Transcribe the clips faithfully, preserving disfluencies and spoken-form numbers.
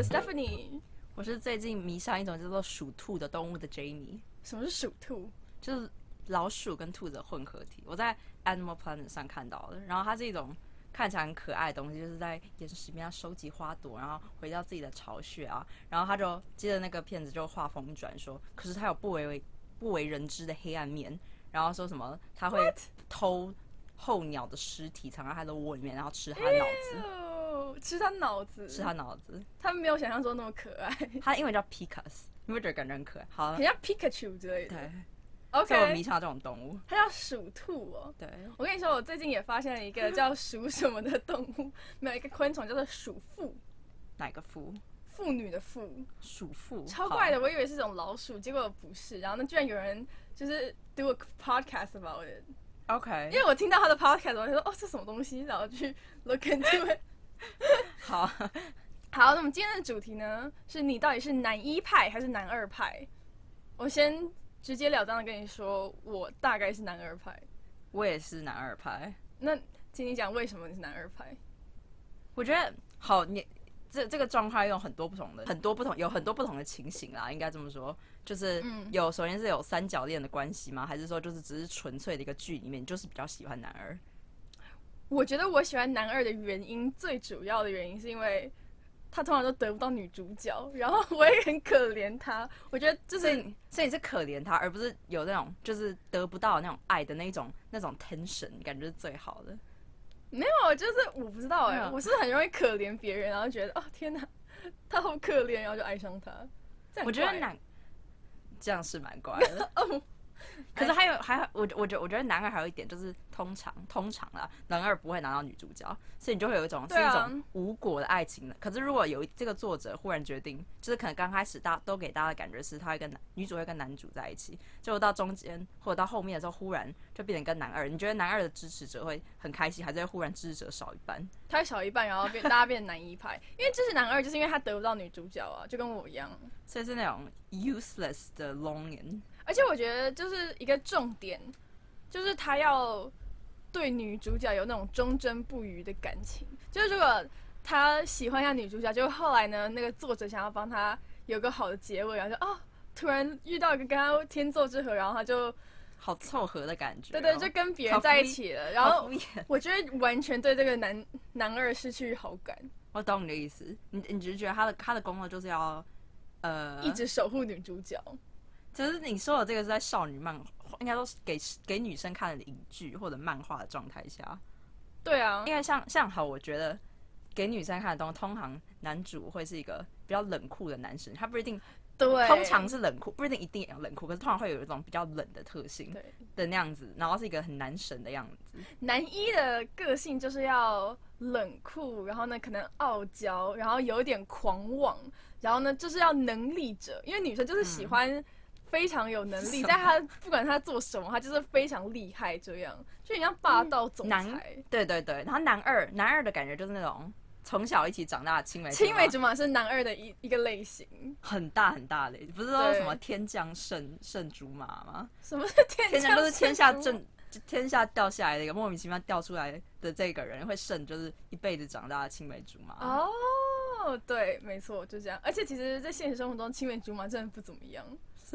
的 Stephanie， 我是最近迷上一种叫做属兔的动物的 Jamie。 什么是属兔？ 就是老鼠跟兔子的混合体，我在 Animal Planet 上看到的。然后它是一种看起来很可爱的东西，就是在岩石边收集花朵，然后回到自己的巢穴啊。然后他就接着那个片子就画风一转说，可是他有不为不为人知的黑暗面，然后说什么他会偷候鸟的尸体藏在他的窝里面，然后吃他的脑子， 吃他脑子， 吃他脑子。 他没有想象中那么可爱。 他英文叫 Picas， 你会觉得感觉很可爱，好， 很像 Pikachu 之类的。 对 ，OK， 所以我迷上这种动物。 它叫属兔哦。 对， 我跟你说，我最近也发现了一个叫属什么的动物，没有一个昆虫叫做属妇。 哪个妇？ 妇女的妇。 属妇。 超怪的，我以为是种老鼠，结果不是。然后呢，居然有人就是 do a podcast about it。OK， 因为我听到他的 podcast， 我就说哦，这什么东西，然后去 look into it 好， 好，那我们今天的主题呢，是你到底是男一派还是男二派？我先直截了当的跟你说，我大概是男二派。 我也是男二派。 那请你讲为什么你是男二派？ 我觉得好，你这这个状况有很多不同的，很多不同，有很多不同的情形啦，应该这么说，就是有、嗯、首先是有三角恋的关系吗？还是说就是只是纯粹的一个剧里面，你就是比较喜欢男二？ 我觉得我喜欢男二的原因，最主要的原因是因为他通常都得不到女主角，然后我也很可怜他。我觉得就是， 所以所以你是可怜他，而不是有那种就是得不到那种爱的那种那种 tension， 感觉是最好的。 没有，就是我不知道哎、欸，我是很容易可怜别人，然后觉得哦天哪，他好可怜，然后就爱上他。 我觉得男这样是蛮怪的。哦可是还有还有，我我觉得我觉得男二还有一点就是，通常通常啦，男二不会拿到女主角，所以你就会有一种是一种无果的爱情的。可是如果有这个作者忽然决定，就是可能刚开始大都给大家的感觉是他会跟女主会跟男主在一起，结果到中间或者到后面的时候，忽然就变成跟男二。你觉得男二的支持者会很开心，还是会忽然支持者少一半？ 他会少一半，然后变大家变男一派，因为支持男二就是因为他得不到女主角啊，就跟我一样。 所以是那种 useless 的 longing。 而且我觉得就是一个重点，就是他要对女主角有那种忠贞不渝的感情。就是如果他喜欢上女主角，就后来呢，那个作者想要帮他有个好的结尾，然后就哦，突然遇到一个跟他天作之合，然后他就好凑合的感觉、哦。 对对，就跟别人在一起了。然后我觉得完全对这个男男二失去好感。 我懂你的意思，你你只是觉得他的他的功能就是要呃一直守护女主角。 只是你说的这个是在少女漫，应该都是给给女生看的影剧或者漫画的状态下。 对啊， 因为像像好，我觉得给女生看的东西，通常男主会是一个比较冷酷的男生，他不一定， 对， 通常是冷酷，不一定一定要冷酷，可是通常会有一种比较冷的特性的那样子，然后是一个很男神的样子。 男一的个性就是要冷酷，然后呢可能傲娇，然后有一点狂妄，然后呢就是要能力者，因为女生就是喜欢、嗯。非常有能力，在他不管他做什么，他就是非常厉害，这样就很像霸道总裁、 嗯。对对对，然后男二，男二的感觉就是那种从小一起长大的青梅竹马。 青梅竹马是男二的一一个类型， 很大很大的，不是说什么天降圣圣竹马吗？ 什么是天降？ 天降就是天下正天下掉下来的一个莫名其妙掉出来的这个人会圣，就是一辈子长大的青梅竹马。 哦，对，没错，就这样。而且其实，在现实生活中，青梅竹马真的不怎么样。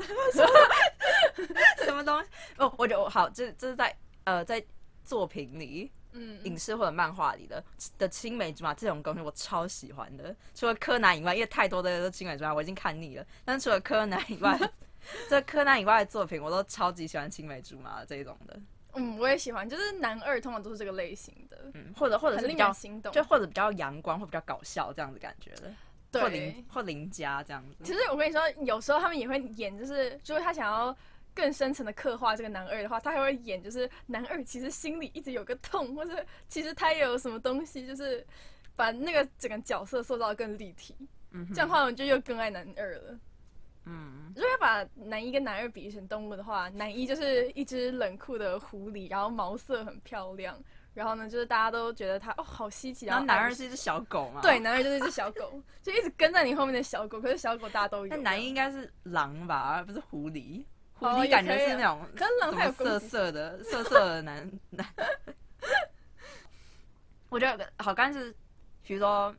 什么东西？哦，我觉得好，这这是在呃在作品里，嗯，影视或者漫画里的的青梅竹马这种东西，我超喜欢的。除了柯南以外，因为太多的青梅竹马，我已经看腻了。但是除了柯南以外，这柯南以外的作品，我都超级喜欢青梅竹马的这种的。 嗯，我也喜欢，就是男二通常都是这个类型的， 嗯，或者或者是比较心动，就或者比较阳光或比较搞笑这样子感觉的。或邻或邻家这样子。 其实我跟你说，有时候他们也会演，就是如果他想要更深层的刻画这个男二的话，他还会演，就是男二其实心里一直有个痛，或者其实他也有什么东西，就是把那个整个角色塑造得更立体。嗯，这样的话，我们就又更爱男二了。嗯，如果要把男一跟男二比喻成动物的话，男一就是一只冷酷的狐狸，然后毛色很漂亮。然后呢，就是大家都觉得他哦好稀奇， 然后男二是一只小狗嘛？ 对，男二就是一只小狗，就一直跟在你后面的小狗。可是小狗大家都有。 但男一应该是狼吧，而不是狐狸。狐狸感觉是那种， 可是狼还有色色的、色色的男男。我觉得好干是，比如说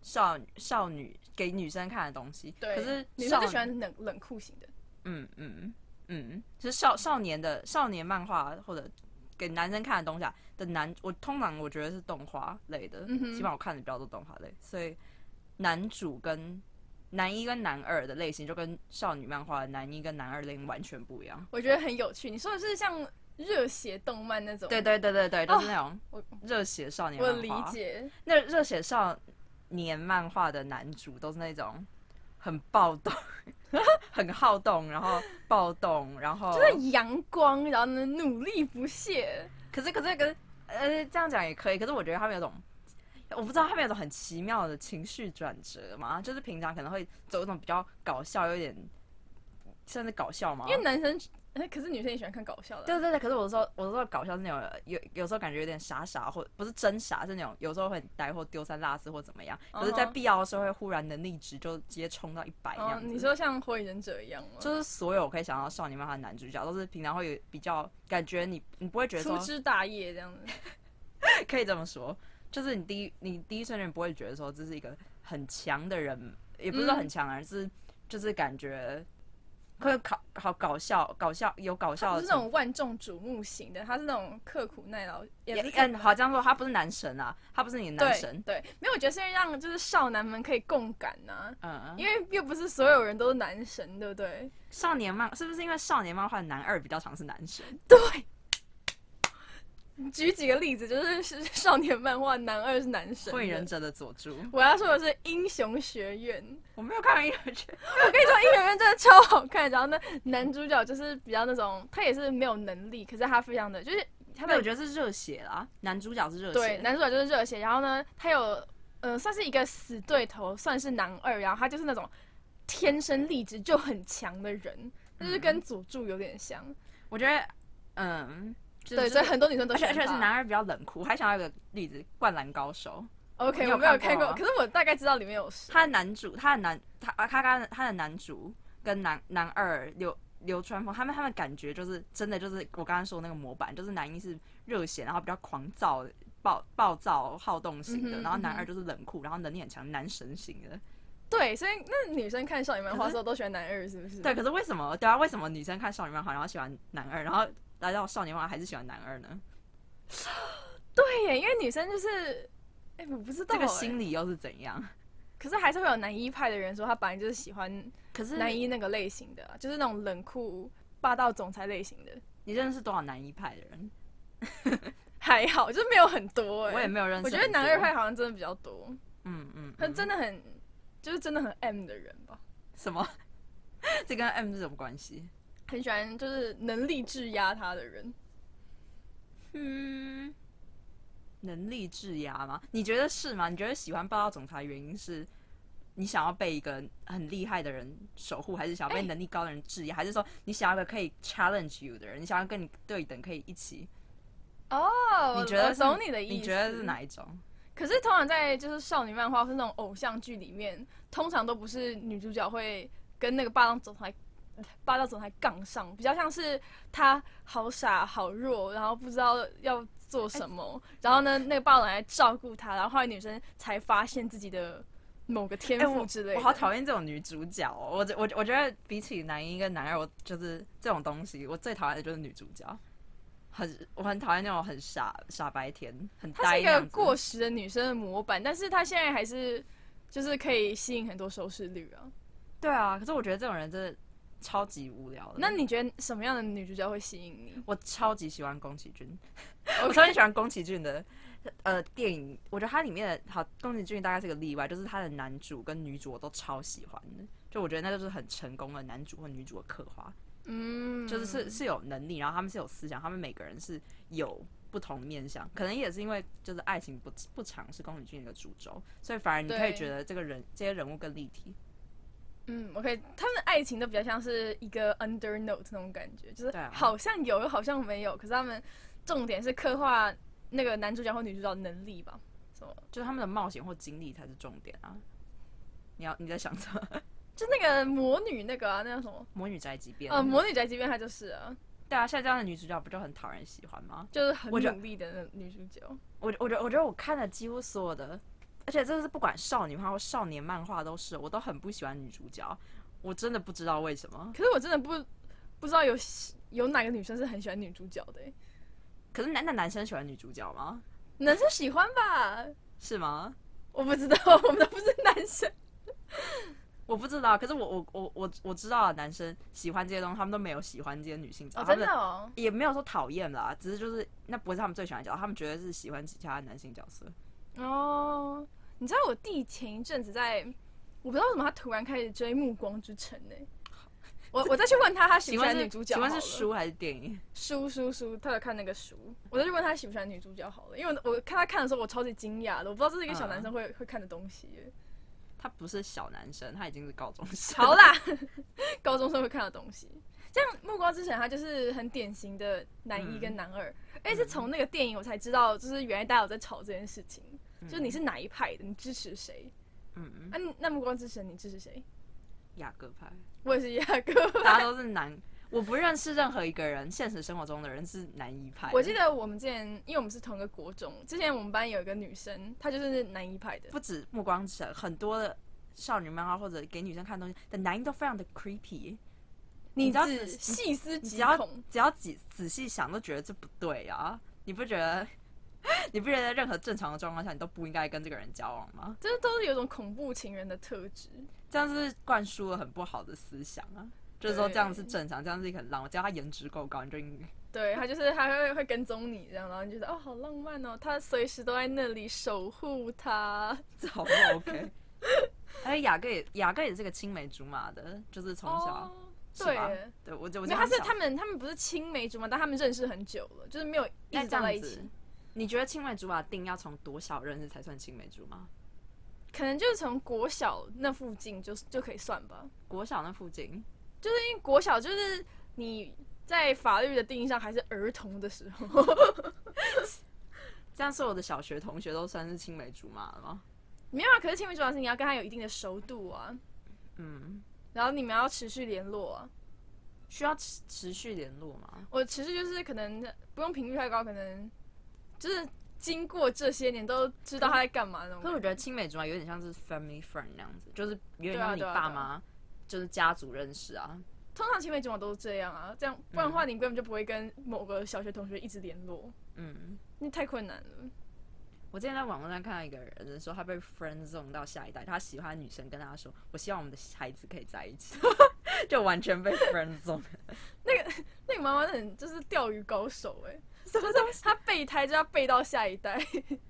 少少女给女生看的东西。 对， 可是女生就喜欢冷冷酷型的。 嗯嗯嗯，就是少少年的少年漫画或者给男生看的东西啊的男，我通常我觉得是动画类的， 嗯、 基本上我看的比较多动画类，所以男主跟男一跟男二的类型就跟少女漫画的男一跟男二类型完全不一样。 我觉得很有趣。你说的是像热血动漫那种？ 对对对对对，就是那种热血少年漫画。 我理解。 那热血少年漫画的男主都是那种很暴动、很好动，然后暴动，然后就是阳光，然后呢努力不懈。 可是可是可是呃，这样讲也可以。可是我觉得他们有种。我不知道他们有种很奇妙的情绪转折嘛，就是平常可能会走一种比较搞笑，有点甚至搞笑嘛。 因为男生，可是女生也喜欢看搞笑的、啊。 对对对，可是我说我说搞笑是那种有有时候感觉有点傻傻，或不是真傻，是那种有时候会很呆或丢三落四或怎么样。可是，在必要的时候会忽然能力值就直接冲到一百那样子。 你说像火影忍者一样吗？ 就是所有我可以想到少年漫画的男主角都是平常会有比较感觉你你不会觉得说粗枝大叶这样子， 可以这么说。就是你第一，你第一瞬间不会觉得说这是一个很强的人，也不是说很强，而是就是感觉会搞好搞笑，搞笑有搞笑的。 他不是那种万众瞩目型的，他是那种刻苦耐劳。 也嗯，好这样说，他不是男神啊，他不是你的男神。 对，对没有，我觉得是让就是少男们可以共感呐、 啊，嗯， 因为又不是所有人都是男神，对不对？ 少年漫是不是因为少年漫画男二比较常是男神？ 对。举几个例子，就是少年漫画男二是男神， 火影忍者的佐助。 我要说的是英雄学院， 我没有看过英雄学院。 我跟你说，英雄学院真的超好看。然后呢，男主角就是比较那种，他也是没有能力，可是他非常的就是他的， 我觉得是热血啦。男主角是热血， 对，男主角就是热血。然后呢，他有呃算是一个死对头，算是男二，然后他就是那种天生丽质就很强的人，就是跟佐助有点像。 嗯、我觉得，嗯。就是、 对，所以很多女生都喜欢他， 而且是男二比较冷酷。我还想要一个例子，《灌篮高手》。 OK， 我没有看过，可是我大概知道里面有谁。 他的男主，他的男，他他他他的男主跟男男二流流川枫，他们他们感觉就是真的就是我刚刚说的那个模板，就是男一是热血，然后比较狂躁、暴暴躁、好动型的，嗯、然后男二就是冷酷，然后能力很强、男神型的。 对，所以那女生看少女漫画的时候都喜欢男二，是不是？ 对，可是为什么？对啊，为什么女生看少女漫画然后喜欢男二，然后来到少年漫画还是喜欢男二呢？ 对耶，因为女生就是，哎、欸，我不知道这个心理又是怎样？ 可是还是会有男一派的人说，他本来就是喜欢， 可是男一那个类型的、啊，就是那种冷酷霸道总裁类型的。 你认识多少男一派的人？ 还好，就是没有很多哎。 我也没有认识。 我觉得男二派好像真的比较多。 嗯嗯， 他真的很，就是真的很 M 的人吧？ 什么？这跟 M 是什么关系？ 很喜欢就是能力质压他的人。 嗯，能力质压吗？你觉得是吗？你觉得喜欢霸道总裁的原因是你想要被一个很厉害的人守护，还是想要被能力高的人质压、欸、还是说你想要一个可以 challenge you 的人，你想要跟你对等可以一起？ 哦， 你觉得我懂你的意思。 你觉得是哪一种？ 可是通常在就是少女漫画或是那种偶像剧里面，通常都不是女主角会跟那个霸道总裁霸道总裁杠上，比较像是他好傻好弱，然后不知道要做什么，欸、然后呢，那个霸道总裁照顾他，然后后来女生才发现自己的某个天赋之类的。 欸、我, 我好讨厌这种女主角哦！我我我觉得比起男一跟男二，我就是这种东西，我最讨厌的就是女主角。很，我很讨厌那种很傻傻白甜、很呆。她是一个过时的女生的模板，但是她现在还是就是可以吸引很多收视率啊。 对啊，可是我觉得这种人真的超级无聊的。 那你觉得什么样的女主角会吸引你？ 我超级喜欢宫崎骏，我超级喜欢宫崎骏的呃电影。我觉得他里面的好，宫崎骏大概是个例外，就是他的男主跟女主我都超喜欢的。就我觉得那就是很成功的男主或女主的刻画。嗯，就是是是有能力，然后他们是有思想，他们每个人是有不同面向，可能也是因为就是爱情不不常是宫崎骏的主轴，所以反而你可以觉得这个人这些人物更立体。 嗯 ，OK， 他们的爱情都比较像是一个 under note 那种感觉，就是好像有又好像没有，可是他们重点是刻画那个男主角或女主角的能力吧，什么？ 就是他们的冒险或经历才是重点啊！你要你在想什么？ 就那个魔女那个啊，那叫什么？ 魔女宅急便。 呃，魔女宅急便她就是啊。 对啊，像这样的女主角不就很讨人喜欢吗？ 就是很努力的那女主角。 我我觉得我觉得我看了几乎所有的而且这是不管少女漫画或少年漫画都是，我都很不喜欢女主角，我真的不知道为什么。 可是我真的不不知道有有哪个女生是很喜欢女主角的、欸。 可是男的男生喜欢女主角吗？ 男生喜欢吧？ 是吗？ 我不知道，我们都不是男生。 我不知道，可是我我我我我知道男生喜欢这些东西，他们都没有喜欢这些女性角色， 哦，真的哦， 也没有说讨厌啦，只是就是那不是他们最喜欢的角色，他们觉得是喜欢其他男性角色。 哦，你知道我弟前一阵子在，我不知道为什么他突然开始追《暮光之城》呢？我我再去问他，他喜不喜欢女主角？ 请问是书还是电影？ 书书书，他有看那个书。我再去问他喜不喜欢女主角好了，因为我我看他看的时候，我超级惊讶的，我不知道这是一个小男生会、嗯、会看的东西耶。 他不是小男生，他已经是高中生。 好啦，高中生会看的东西，像《暮光之城》，他就是很典型的男一跟男二，而且、嗯、是从那个电影我才知道，就是原来大家有在吵这件事情，嗯、就是你是哪一派的，你支持谁？嗯嗯。啊，那《暮光之城》你支持谁？ 雅各派。 我也是雅各派。 大家都是男，我不认识任何一个人，现实生活中的人是男一派的。 我记得我们之前，因为我们是同一个国中，之前我们班有一个女生，她就是男一派的。 不止《暮光之城》，很多的少女漫画或者给女生看的东西的男一都非常的 creepy。 你只要细思极恐， 只要仔仔细想，都觉得这不对啊！你不觉得？你不觉得在任何正常的状况下，你都不应该跟这个人交往吗？ 这都是有种恐怖情人的特质， 这样是灌输了很不好的思想啊！就是说这样是正常，这样是一个很浪漫，只要他颜值够高，你就应该对他就是他会会跟踪你这样，然后你觉得哦好浪漫哦，他随时都在那里守护他， 这好不 OK？ 而且雅各也雅各也是个青梅竹马的，就是从小。哦对， 对我就我他是他们他们不是青梅竹马，但他们认识很久了，就是没有一直在一起。 你觉得青梅竹马定要从多小认识才算青梅竹马？ 可能就是从国小那附近就就可以算吧。 国小那附近， 就是因为国小就是你在法律的定义上还是儿童的时候。 这样所有的小学同学都算是青梅竹马了吗？ 没有啊，可是青梅竹马是你要跟他有一定的熟度啊。嗯。然后你们要持续联络啊， 需要持持续联络吗？ 我持续就是可能不用频率太高，可能就是经过这些年都知道他在干嘛那种。 可是我觉得青梅竹马有点像是 family friend 那样子，就是有点像你爸妈就是家族认识啊。 通常青梅竹马都是这样啊，这样不然的话你根本就不会跟某个小学同学一直联络。嗯，那太困难了。 我之前在网络上看到一个人说，他被 friend zone 到下一代，他喜欢女生跟他说：“我希望我们的孩子可以在一起。”就完全被 friend zone。 那个那个妈妈很就是钓鱼高手哎、欸，什么东西？他备胎就要备到下一代，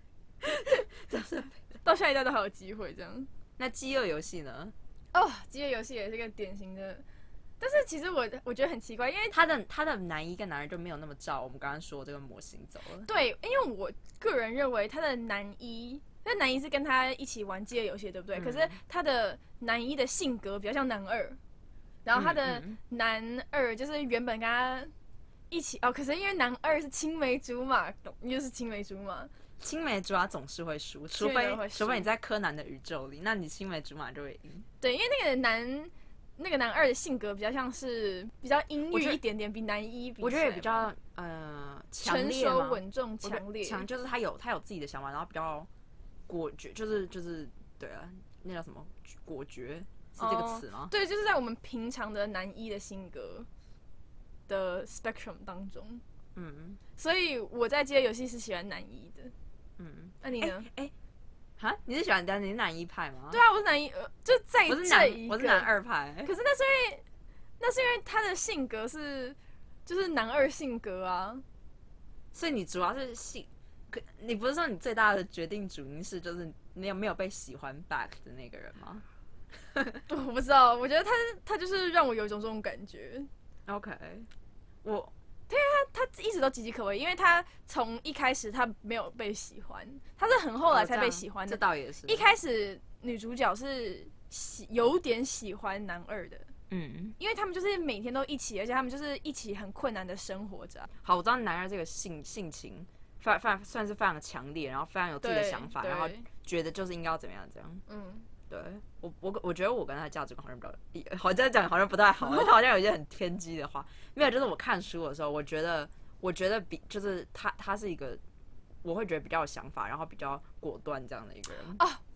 到下一代都还有机会这样。 那饥饿游戏呢？ 哦，饥饿游戏也是个典型的。但是其实我我觉得很奇怪，因为他的他的男一跟男二就没有那么照我们刚刚说这个模型走了。 对，因为我个人认为他的男一，那男一是跟他一起玩饥饿游戏，对不对？嗯、可是他的男一的性格比较像男二，然后他的男二就是原本跟他一起哦，可是因为男二是青梅竹马，又是青梅竹马， 青梅竹马总是会输，除非除非你在柯南的宇宙里，那你青梅竹马就会赢。 对，因为那个男。那个男二的性格比较像是比较阴郁一点点，比男一比我觉得也比较呃成熟稳重强烈， 强就是他有他有自己的想法，然后比较果决，就是就是对啊，那叫什么果决是这个词吗？ 哦？对，就是在我们平常的男一的性格的 spectrum 当中，嗯，所以我在这些游戏是喜欢男一的，嗯，那、啊、你呢？ 哎、欸。欸哈，你是喜欢的？你是男一派吗？ 对啊，我是男一，呃、就在这一个， 我是男二派。 可是那是因为，那是因为他的性格是，就是男二性格啊。 所以你主要是性，可你不是说你最大的决定主因是，就是你有没有被喜欢 back 的那个人吗？ 我不知道，我觉得他他就是让我有一种这种感觉。 OK， 我。 对啊，他他一直都岌岌可危，因为他从一开始他没有被喜欢，他是很后来才被喜欢的。 哦、这, 这倒也是。 一开始女主角是喜有点喜欢男二的，嗯，因为他们就是每天都一起，而且他们就是一起很困难的生活着。 好，我知道男二这个性性情非常非常算是非常强烈，然后非常有自己的想法，然后觉得就是应该要怎么样怎样，嗯。对我我我觉得我跟他的价值观好像比较，好像讲好像不太好，他好像有一些很偏激的话。没有，就是我看书的时候，我觉得我觉得比就是他他是一个，我会觉得比较有想法，然后比较果断这样的一个人。 哦，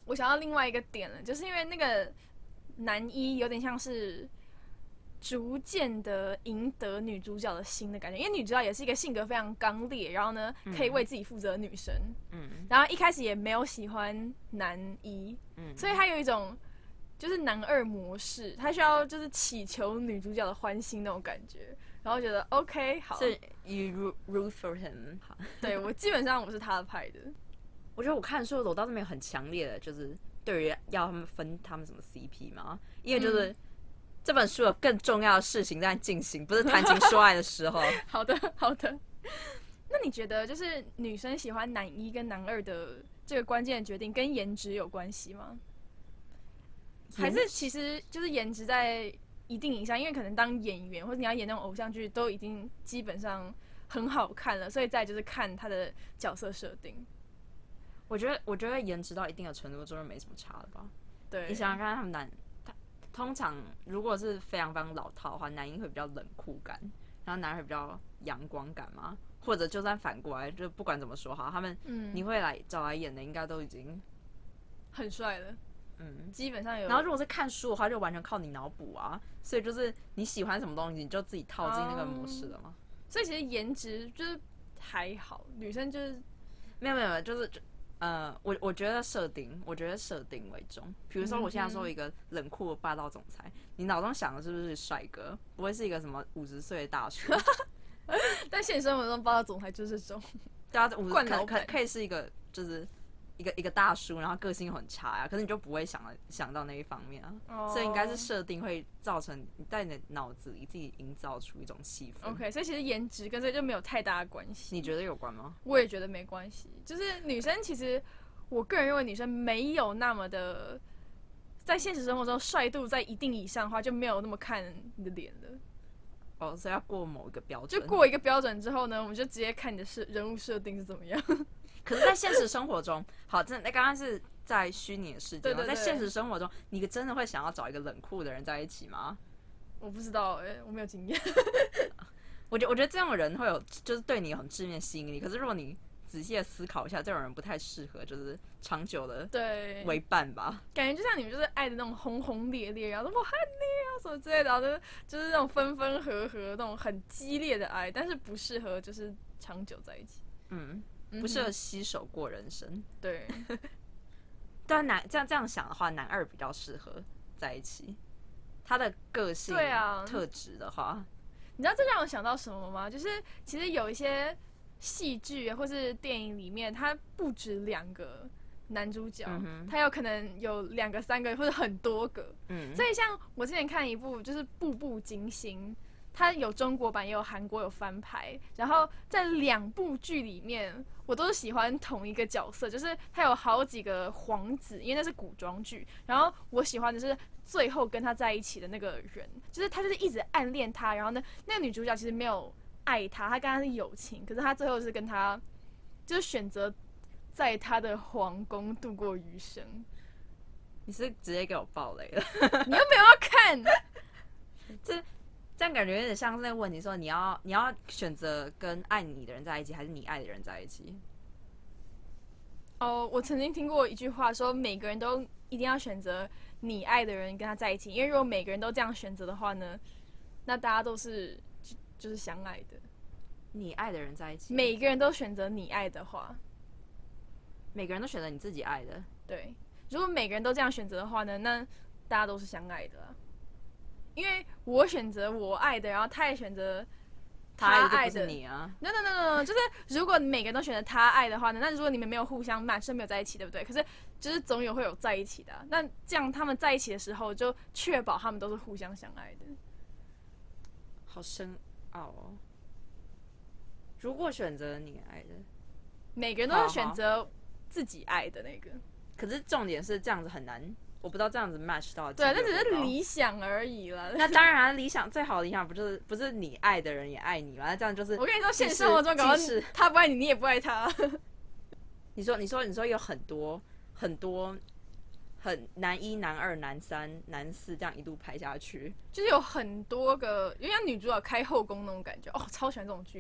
我想到另外一个点了，就是因为那个男一有点像是逐渐的赢得女主角的心的感觉，因为女主角也是一个性格非常刚烈，然后呢可以为自己负责的女生，嗯，然后一开始也没有喜欢男一，嗯，所以她有一种就是男二模式，她需要就是祈求女主角的欢心那种感觉，然后觉得 OK 好， 是 you root for him， 对我基本上我是他的派的。 我觉得我看书的时候，我倒是没有很强烈的，就是对于要他们分他们什么 C P 嘛，因为就是、嗯、这本书有更重要的事情在进行，不是谈情说爱的时候。 好的，好的。那你觉得就是女生喜欢男一跟男二的这个关键的决定，跟颜值有关系吗？还是其实就是颜值在一定以上？因为可能当演员或者你要演那种偶像剧，都已经基本上很好看了，所以再就是看他的角色设定。 我觉得，我觉得颜值到一定的程度就是没什么差了吧？ 对， 你想想看，他们男，他通常如果是非常非常老套的话，男一会比较冷酷感，然后男二会比较阳光感嘛。或者就算反过来，就不管怎么说哈，他们、嗯、你会来找来演的，应该都已经很帅了。嗯，基本上有。 然后如果是看书的话，就完全靠你脑补啊。所以就是你喜欢什么东西，你就自己套进那个模式了嘛。 Um, 所以其实颜值就是还好，女生就是没有没有，就是就。呃，我我觉得设定，我觉得设定为重。比如说，我现在说一个冷酷的霸道总裁，嗯、你脑中想的是不是帅哥？不会是一个什么五十岁的大叔？ 但现实生活中，霸道总裁就是这种， 对啊，惯老板可以是一个，就是一个一个大叔，然后个性又很差呀、啊，可是你就不会想想到那一方面啊。Oh. 所以应该是设定会造成你在你的脑子里自己营造出一种气氛。 OK， 所以其实颜值跟这就没有太大的关系。 你觉得有关吗？ 我也觉得没关系。就是女生其实，我个人认为女生没有那么的，在现实生活中帅度在一定以上的话，就没有那么看你的脸了。 哦，所以要过某一个标准。 就过一个标准之后呢，我们就直接看你的设人物设定是怎么样。 可是，在现实生活中，好，真的，刚刚是在虚拟的世界，对对对，在现实生活中，你真的会想要找一个冷酷的人在一起吗？ 我不知道、欸，我没有经验。 我觉得，我觉得这样的人会有，就是对你有很致命的吸引力。可是，如果你仔细的思考一下，这种人不太适合，就是长久的对为伴吧。 感觉就像你们就是爱的那种轰轰烈烈，然后我恨你啊什么之类的，然后就就是那种分分合合那种很激烈的爱，但是不适合就是长久在一起。嗯。 不适合携手过人生。 对， 但男这样这样想的话，男二比较适合在一起。他的个性、对啊、特质的话， 你知道这让我想到什么吗？就是其实有一些戏剧或是电影里面，它不止两个男主角，嗯、他有可能有两个、三个或者很多个。嗯，所以像我之前看一部就是《步步惊心》。它有中国版也有韩国有翻拍，然后在两部剧里面，我都是喜欢同一个角色，就是他有好几个皇子，因为那是古装剧。然后我喜欢的是最后跟他在一起的那个人，就是他就是一直暗恋他，然后呢，那个女主角其实没有爱他，他跟他是友情，可是他最后是跟他就是选择在他的皇宫度过余生。 你是直接给我爆雷了？ 你又没有要看这。这样感觉有点像是那个问题，说你要你要选择跟爱你的人在一起，还是你爱的人在一起？ 哦，我曾经听过一句话，说每个人都一定要选择你爱的人跟他在一起，因为如果每个人都这样选择的话呢，那大家都是 就, 就是相爱的。 你爱的人在一起， 每个人都选择你爱的话， 每个人都选择你自己爱的。 对，如果每个人都这样选择的话呢，那大家都是相爱的、啊。因为我选择我爱的，然后他也选择他爱的， 他爱的就不是你啊 ？No no no no， 就是如果每个人都选择他爱的话呢，那如果你们没有互相match，没有在一起，对不对？可是就是总有会有在一起的、啊。那这样他们在一起的时候，就确保他们都是互相相爱的。 好深奥哦。如果选择你爱的， 每个人都是选择自己爱的那个。 可是重点是这样子很难。我不知道这样子 match 到对，那只是理想而已啦。 那当然，理想最好的理想不就是不是你爱的人也爱你吗？那这样就是我跟你说，现实生活中搞是他不爱你，你也不爱他。 你说，你说，你说有很多很多很男一、男二、男三、男四这样一路排下去， 就是有很多个，有点像女主角开后宫那种感觉哦，超喜欢这种剧。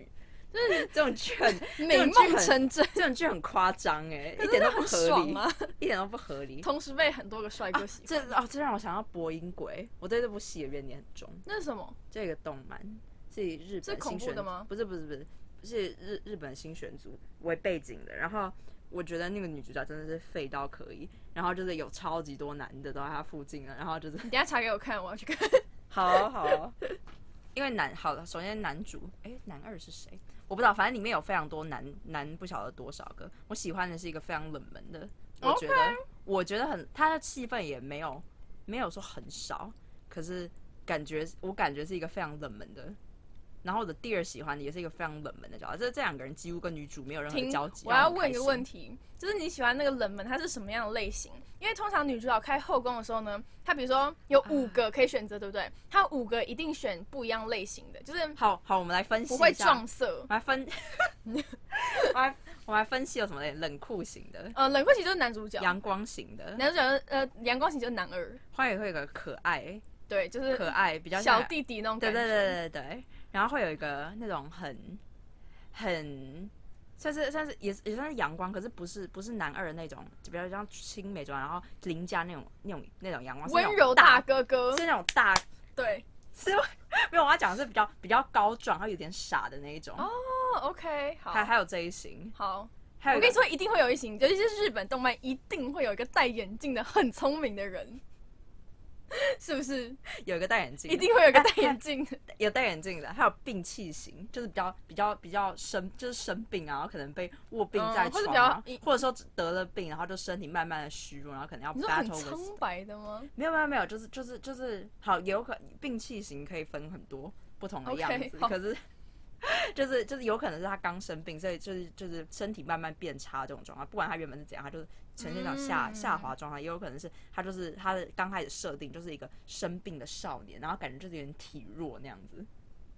就是这种剧很美梦成真， 这种剧很夸张哎，一点都不合理啊， 一点都不合理。 同时被很多个帅哥喜欢， 啊这哦，这让我想到《播音鬼》，我对这部戏的怨念很重。 那是什么？ 这个动漫是以日本新选的吗？ 不是不是不是，是日日本新选组为背景的。然后我觉得那个女主角真的是废到可以，然后就是有超级多男的都在她附近了，然后就是你等一下查给我看，我要去看。 好啊好啊，因为男好了，首先男主哎、欸、男二是谁？我不知道，反正里面有非常多男男不晓得多少个。我喜欢的是一个非常冷门的，我觉得、okay. 我觉得很他的戏份也没有没有说很少，可是感觉我感觉是一个非常冷门的。然后我的第二喜欢的也是一个非常冷门的角色，这这两个人几乎跟女主没有任何交集。 我要问一个问题，就是你喜欢那个冷门，它是什么样的类型？因为通常女主角开后宫的时候呢，她比如说有五个可以选择，对不对？她五个一定选不一样类型的，就是好好，我们来分析一下， 不会撞色。 我来分，我来我来分析有什么类冷酷型的， 呃，冷酷型就是男主角， 阳光型的， 男主角呃阳光型就是男二， 会会有个可爱， 对，就是可爱比较小弟弟那种感觉， 对对对对对。然后会有一个那种很很算是算是也也算是阳光，可是不是不是男二的那种，就比较像青梅竹马，然后邻家那种那种那种阳光， 温柔大哥哥， 是那种大对， 是没有我要讲的是比较比较高壮，然后有点傻的那一种。 哦 ，OK， 好， 还还有这一型， 好， 还有我跟你说一定会有一型，尤其是日本动漫，一定会有一个戴眼镜的很聪明的人。是不是有一个戴眼镜？ 一定会有一个戴眼镜的， 有戴眼镜的，还有病气型，就是比较比较比较生，就是生病啊，然后可能被卧病在床、啊嗯，或者比较，或者说得了病，然后就身体慢慢的虚弱，然后可能要 battle。 你说很苍白的吗？ 没有没有没有，就是就是就是好，也有可病气型可以分很多不同的样子， okay, 可是。就是就是有可能是他刚生病，所以就是就是身体慢慢变差这种状况。不管他原本是怎样，他就是呈现到下、嗯、下滑状态，也有可能是他就是他的刚开始设定就是一个生病的少年，然后感觉就是有点体弱那样子。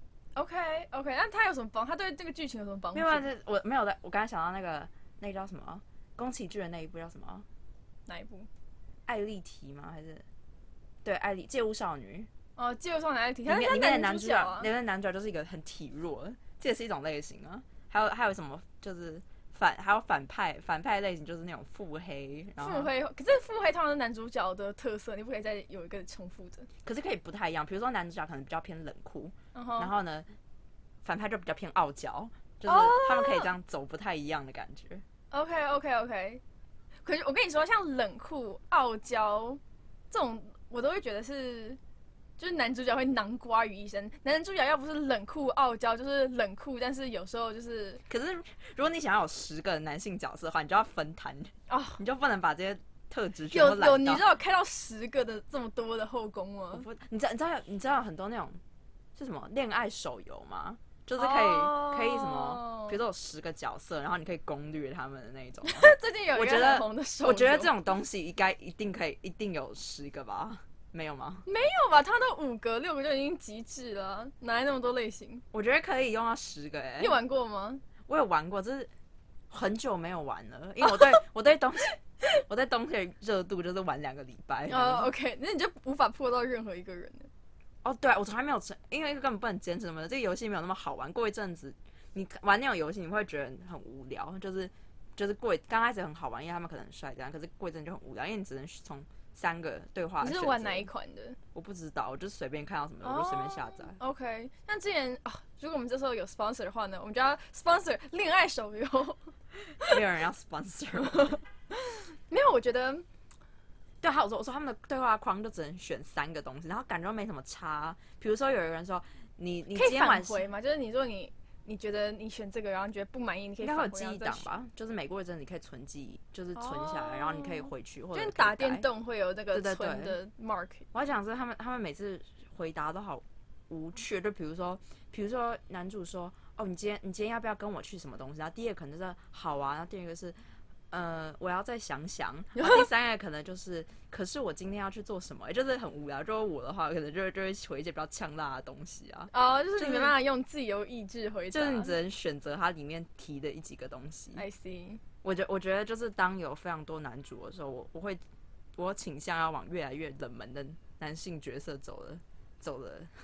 OK OK， 那他有什么帮？他对这个剧情有什么帮助？ 没有，我没有的。我刚才想到那个那个叫什么宫崎骏的那一部叫什么？ 哪一部？ 艾丽缇吗？还是对艾丽借物少女？ 哦，借物少女艾丽缇， 里面里面的男主角、啊， 里面的男主角就是一个很体弱的，这也是一种类型啊。还有还有什么就是反还有反派反派类型就是那种腹黑， 腹黑，可是腹黑通常是男主角的特色，你不可以再有一个重复的。 可是可以不太一样，比如说男主角可能比较偏冷酷， uh-huh. 然后呢反派就比较偏傲娇，就是他们可以这样走不太一样的感觉。 Oh. OK OK OK， 可是我跟你说，像冷酷、傲娇这种，我都会觉得是。就是男主角会囊括于一身，男主角要不是冷酷傲娇，就是冷酷，但是有时候就是。 可是如果你想要有十个男性角色的话，你就要分摊哦， oh. 你就不能把这些特质全部揽到。 有有，你知道开到十个的这么多的后宫吗？ 你知道你知道你知道有很多那种是什么恋爱手游吗？就是可以、oh. 可以什么，比如说有十个角色，然后你可以攻略他们的那一种。 最近有一个很红的手游， 我觉得这种东西应该一定可以，一定有十个吧。没有吗？ 没有吧，他都五个六个就已经极致了，哪来那么多类型？ 我觉得可以用到十个哎、欸。 你玩过吗？ 我有玩过，只是很久没有玩了，因为我对我对东西我对东西的热度就是玩两个礼拜。 哦、uh, ，OK， 那你就无法破到任何一个人了。 哦，对啊，我从来没有，因为根本不能坚持什么的，这个游戏没有那么好玩。过一阵子，你玩那种游戏，你会觉得很无聊，就是就是过刚开始很好玩，因为他们可能很帅这样，可是过一阵就很无聊，因为你只能从。三个对话， 你是玩哪一款的？ 我不知道，我就随便看到什么， oh, 我就随便下载。 OK， 那之前啊、哦，如果我们这时候有 sponsor 的话呢，我们就要 sponsor 恋爱手游。 没有人要 sponsor 。 没有，我觉得， 对，还有说，我说他们的对话框就只能选三个东西，然后感觉没什么差。比如说有人说，你你今天晚上可以返回吗？就是你说你。你觉得你选这个，然后你觉得不满意，你可以应该会有记忆档吧？就是每过一阵你可以存记忆，就是存下来， oh, 然后你可以回去或者就打电动会有那个存的 mark。 对对对，我要讲是他们，他们每次回答都好无趣。就比如说，比如说男主说：“哦，你今天你今天要不要跟我去什么东西？”然后第二个可能是好啊，然后第二个是呃我要再想想，然后第三个可能就是可是我今天要去做什么，也就是很无聊。就是我的话，可能就会就会回一些比较呛辣的东西啊。 哦、oh, ，就是你没办法用自由意志回答， 就是你只能选择它里面提的一几个东西。 I see。 我觉我觉得就是当有非常多男主的时候，我我会我倾向要往越来越冷门的男性角色走了走了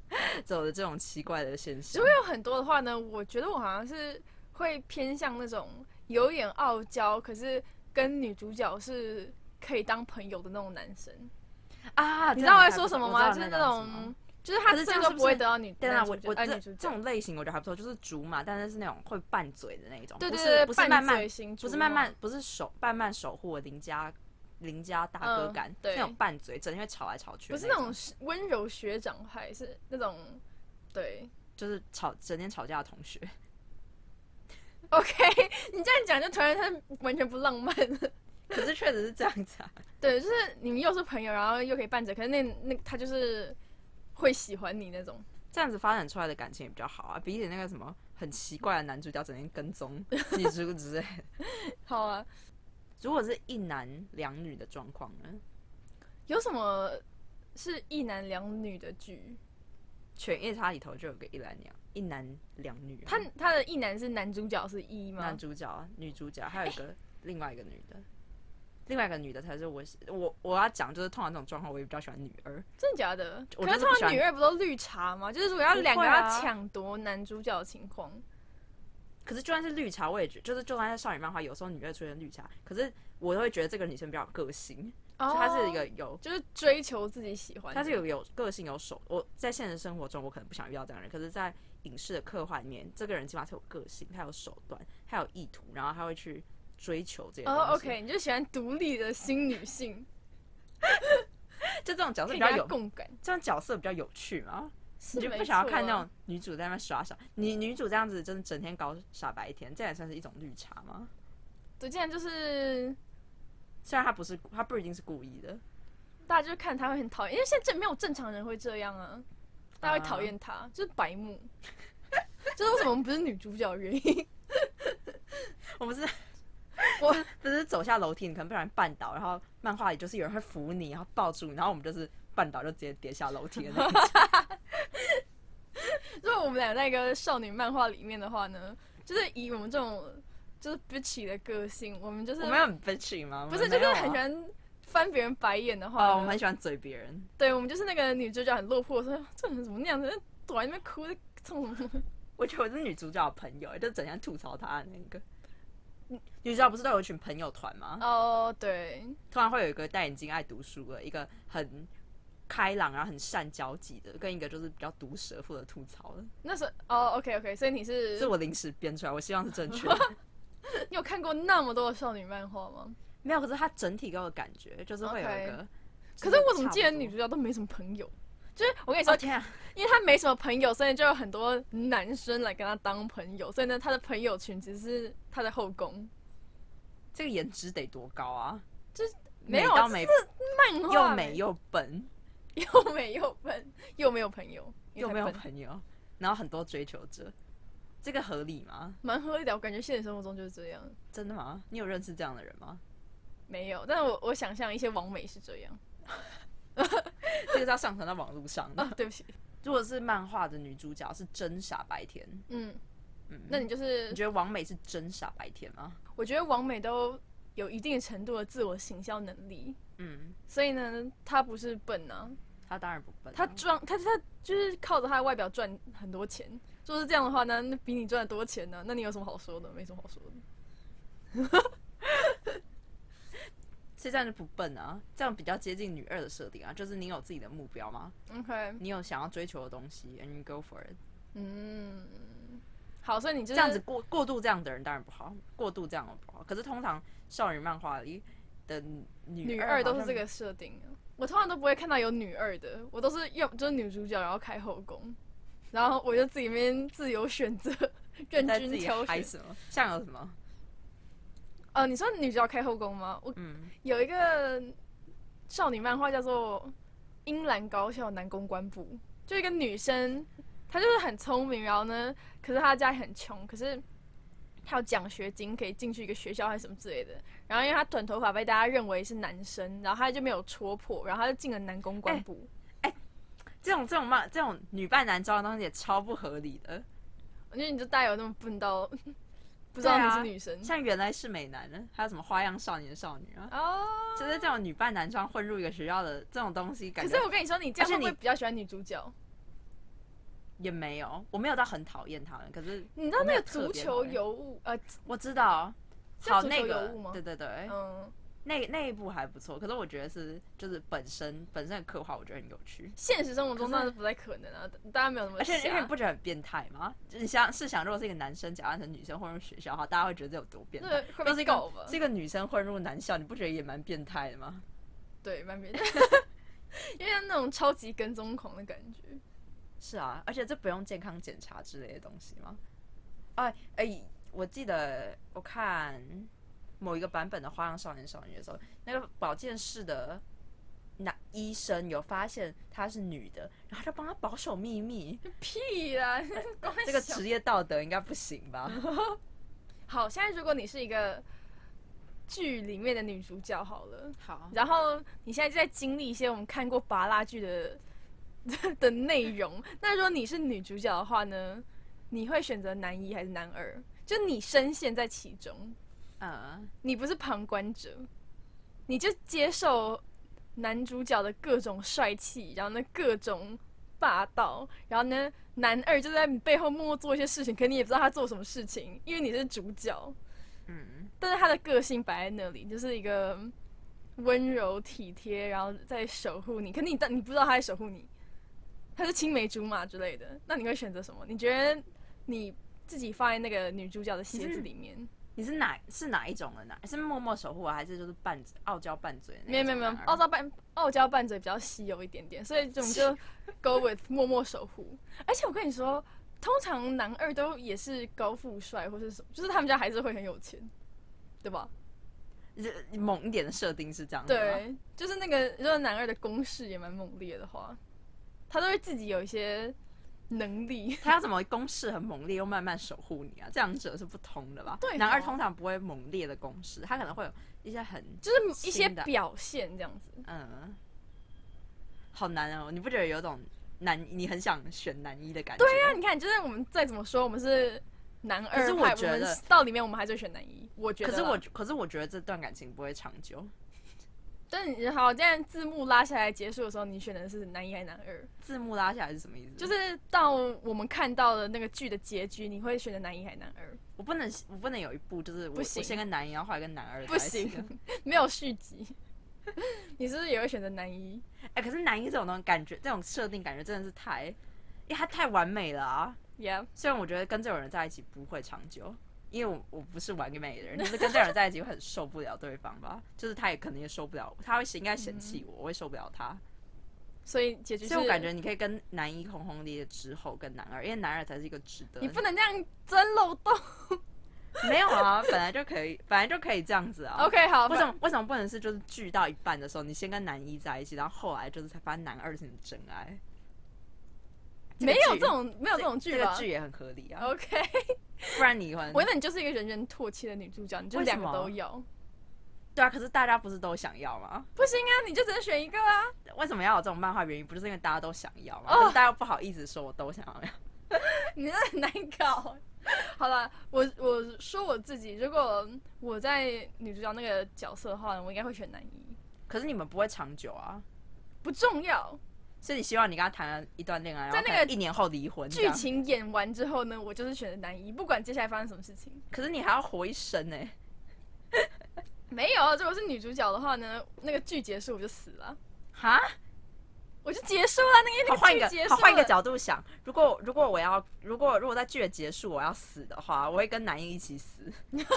走的这种奇怪的现象。 如果有很多的话呢，我觉得我好像是会偏向那种有点傲娇，可是跟女主角是可以当朋友的那种男生啊。 你知道我在说什么吗？就是那种。就是他最终不会得到女， 对啊，我我这这种类型我觉得还不错，就是竹马，但是是那种会拌嘴的那一种， 对对对， 不是慢慢， 不是慢慢，不是守慢慢守护邻家邻家大哥感，嗯、那种拌嘴，整天会吵来吵去， 不是那种温柔学长派，是那种对， 就是吵整天吵架的同学。 OK， 你这样讲就突然他完全不浪漫了。 可是确实是这样子啊。 对，就是你们又是朋友，然后又可以拌嘴，可是那那他就是会喜欢你那种， 这样子发展出来的感情也比较好啊，比起那个什么很奇怪的男主角整天跟踪女主之类的。 好啊， 如果是一男两女的状况呢？ 有什么是一男两女的剧？ 犬夜叉里头就有个一男两一男两女、啊， 他他的一男是男主角是一吗？ 男主角、女主角，还有一个、欸、另外一个女的。另外一个女的才是我我我要讲，就是通常这种状况，我也比较喜欢女二。 真的假的？ 可是通常女二不都绿茶吗？就是如果要两个要抢夺男主角的情况、啊。 可是就算是绿茶，我也觉得，就是就算在少女漫画，有时候女二出现绿茶，可是我都会觉得这个女生比较有个性，哦、就她是一个有就是追求自己喜欢的， 她是有有个性有手。我在现实生活中，我可能不想遇到这样的人，可是在影视的刻画里面，这个人起码是有个性，他有手段，他有意图，然后他会去追求这些东西。 哦、oh, ，OK， 你就喜欢独立的新女性， 就这种角色比较有共感， 这种角色比较有趣嘛。你就不想要看那种女主在那边耍傻，你女主这样子真的整天搞傻白甜，这也算是一种绿茶吗？ 对，竟然就是， 虽然她不是，她不一定是故意的， 大家就看她会很讨厌，因为现在没有正常人会这样啊，大家会讨厌她，就是白目，这是为什么我们不是女主角的原因。 我们是，我不是走下楼梯，你可能不小心绊倒，然后漫画里就是有人会扶你，然后抱住你，然后我们就是绊倒就直接跌下楼梯的那种。 如果我们俩在一个少女漫画里面的话呢，就是以我们这种就是 bitchy 的个性，我们就是我们有很 bitchy 吗？ 不是，就是很喜欢翻别人白眼的话。 哦，我们很喜欢嘴别人。 对，我们就是那个女主角很落魄，说这人怎么那样子，躲在那边哭，在冲什么？ 我觉得我是女主角的朋友，就整天吐槽她的那个。女主角不是都有一群朋友团吗？ 哦， oh, 对， 突然会有一个戴眼镜爱读书的，一个很开朗然后很善交际的，跟一个就是比较毒舌负责吐槽的。 那是哦 ，OK OK， 所以你是是我临时编出来，我希望是正确的。 你有看过那么多的少女漫画吗？ 没有，可是它整体给我的感觉就是会有一个。 Okay. 可是我怎么记得女主角都没什么朋友？就是我跟你说， 哦、天啊， 因为她没什么朋友，所以就有很多男生来跟她当朋友，所以呢，她的朋友群其实是她的后宫。 这个颜值得多高啊！ 就是没有到没漫画， 又美又笨， 又美又笨，又没有朋友， 又没有朋友，然后很多追求者，这个合理吗？ 蛮合理的，我感觉现实生活中就是这样。 真的吗？你有认识这样的人吗？ 没有，但是我我想象一些网美是这样。 这个是要上传到网络上的、 哦。对不起， 如果是漫画的女主角是真傻白甜， 嗯嗯，那你就是你觉得王美是真傻白甜吗？ 我觉得王美都有一定程度的自我行销能力，嗯，所以呢，她不是笨啊， 她当然不笨、啊， 她赚，她她就是靠着她的外表赚很多钱。就是这样的话呢，那比你赚的多钱呢，那你有什么好说的？没什么好说的。 所以这样就不笨啊，这样比较接近女二的设定啊，就是你有自己的目标吗 ？OK， 你有想要追求的东西 ，and you go for it。 嗯，好，所以你、就是、 这样子过过度这样的人当然不好，过度这样不好。可是通常少女漫画里的女二都是这个设定、啊，我通常都不会看到有女二的，我都是要就是女主角然后开后宫，然后我就自己面自由选择，任君挑选。 什么？像有什么？ 呃，你说女主角开后宫吗？我、嗯、有一个少女漫画叫做《英兰高校男公关部》，就一个女生，她就是很聪明，然后呢，可是她家很穷，可是她有奖学金可以进去一个学校还是什么之类的。然后因为她短头发被大家认为是男生，然后她就没有戳破，然后她就进了男公关部。 哎、欸欸，这种这种漫这种女扮男装的东西也超不合理的。 我觉得你就带有那么笨到。不知道你是女生、啊， 像原来是美男呢，还有什么花样少年少女啊？哦， oh, 就是这种女扮男装混入一个学校的这种东西，感觉。 可是我跟你说，你这样会不会比较喜欢女主角？ 也没有，我没有到很讨厌他们，可是你知道那个足球尤物呃， 我知道，好足球那个尤物吗？ 对对对， 嗯。 那那一部还不错，可是我觉得是就是本身本身的刻画，我觉得很有趣。 现实生活中当然不太可能啊，大家没有那么瞎。 而且因为你不觉得很变态吗？你想试想，如果是一个男生假扮成女生混入学校的话，大家会觉得这有多变态？ 会被告吧？ 是一个女生混入男校，你不觉得也蛮变态的吗？ 对，蛮变态，因为那种超级跟踪狂的感觉。 是啊，而且这不用健康检查之类的东西吗？哎哎，我记得我看某一个版本的《花样少年少女》的时候，那个保健室的男医生有发现她是女的，然后就帮她保守秘密。 屁啦！ 这个职业道德应该不行吧？ 好，现在如果你是一个剧里面的女主角好了， 好， 然后你现在就在经历一些我们看过拔蜡剧的的内容，那如果你是女主角的话呢，你会选择男一还是男二？就你深陷在其中。 嗯， 你不是旁观者，你就接受男主角的各种帅气，然后呢各种霸道，然后呢男二就在你背后默默做一些事情，可你也不知道他做什么事情，因为你是主角。嗯，但是他的个性摆在那里，就是一个温柔体贴，然后在守护你，可你你不知道他在守护你，他是青梅竹马之类的。那你会选择什么？你觉得你自己放在那个女主角的鞋子里面？ 你是哪是哪一种的呢？是默默守护啊，还是就是拌傲娇拌嘴？ 没有没有没有，傲娇拌傲娇拌嘴比较稀有一点点，所以我们就 go with 默默守护。而且我跟你说，通常男二都也是高富帅或是什么，就是他们家还是会很有钱，对吧？ 猛一点的设定是这样， 对，就是那个如果男二的攻势也蛮猛烈的话，他都会自己有一些能力。 他要怎么攻势很猛烈又慢慢守护你啊？这两者是不同的吧？ 对， 男二通常不会猛烈的攻势，他可能会有一些很就是一些表现这样子。 嗯，好难哦！你不觉得有种男你很想选男一的感觉？ 对呀、啊，你看，就是我们再怎么说，我们是男二派，可是我觉得到里面我们还是会选男一。我觉得， 可是我可是我觉得这段感情不会长久。 但你好，既然字幕拉下来结束的时候，你选的是男一还是男二？ 字幕拉下来是什么意思？ 就是到我们看到的那个剧的结局，你会选择男一还是男二？ 我不能，我不能有一部就是我, 我先跟男一，然后后来跟男二不行，没有续集。你是不是也会选择男一？ 哎、欸，可是男一这种东西，感觉这种设定感觉真的是太，因为他太完美了啊。 Yeah， 虽然我觉得跟这种人在一起不会长久。因为我我不是完美的人，就是跟这种人在一起会很受不了对方吧，就是他也可能也受不了，他会应该嫌弃我，我会受不了他， 所以结局是， 所以我感觉你可以跟男一轰轰烈烈之后跟男二，因为男二才是一个值得。 你不能这样钻漏洞。 没有啊，本来就可以，本来就可以这样子啊。 OK， 好， 为什么为什么不能是就是剧到一半的时候，你先跟男一在一起，然后后来就是才发现男二是你的真爱？ 没有这种没有这种剧吧？ 这个剧也很合理啊。 OK。 不然你我以为你就是一个人人唾弃的女主角，你就两个都要。 对啊，可是大家不是都想要吗？ 不行啊，你就只能选一个啊。 为什么要有这种漫画原因？不就是因为大家都想要吗？可是大家不好意思说我都想要。 你那很难搞。好了，我我说我自己，如果我在女主角那个角色的话，我应该会选男一。 可是你们不会长久啊。 不重要。 所以你希望你跟他谈了一段恋爱， 在那个一年后离婚。 剧情演完之后呢，我就是选择男一，不管接下来发生什么事情。 可是你还要活一生呢、 欸。没有，如果是女主角的话呢，那个剧结束我就死了。 哈？ 我就结束了，那个剧结束了。 好，换一个角度想，如果如果我要，如果如果在剧的结束我要死的话，我会跟男一一起死。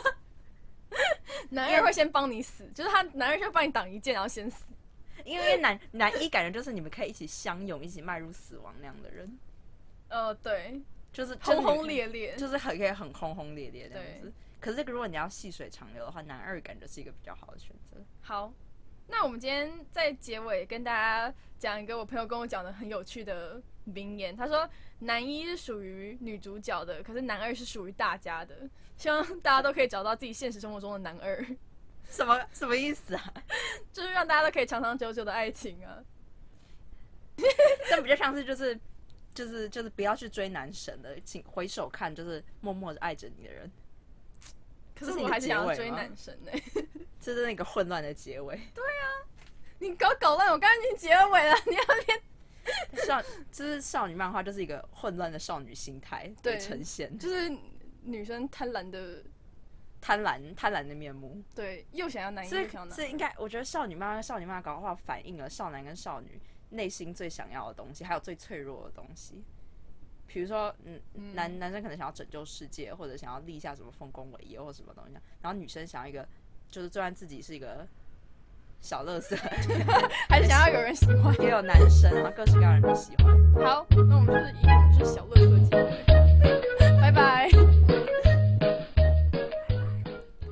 男二会先帮你死，就是他男二先帮你挡一箭，然后先死。 因为男男一感觉就是你们可以一起相拥，一起迈入死亡那样的人。 呃，对， 就是轰轰烈烈， 就是很可以很轰轰烈烈这样子。可是如果你要细水长流的话，男二感觉是一个比较好的选择。 好，那我们今天在结尾跟大家讲一个我朋友跟我讲的很有趣的名言。他说，男一是属于女主角的，可是男二是属于大家的。希望大家都可以找到自己现实生活中的男二。 什么什么意思啊？ 就是让大家都可以长长久久的爱情啊。 这比较像是就是就是就是不要去追男神的，请回首看就是默默的爱着你的人。 可是我还是想要追男神呢、欸。 这是那个混乱的结尾。 对啊，你搞搞乱，我刚刚已经结尾了，你要连少就是少女漫画就是一个混乱的少女心态的呈现， 就是女生贪婪的贪婪贪婪的面目， 对，又想要男一，又想要男二。 所以应该，我觉得少女漫画跟少女漫画搞的话，反映了少男跟少女内心最想要的东西，还有最脆弱的东西。比如说，嗯，嗯男男生可能想要拯救世界，或者想要立下什么丰功伟业或什么东西，然后女生想要一个，就是就算自己是一个小垃圾， 还想要有人喜欢， 也有男生，然后各式各样的人都喜欢。 好，那我们就是以我们是小垃圾结尾，拜拜。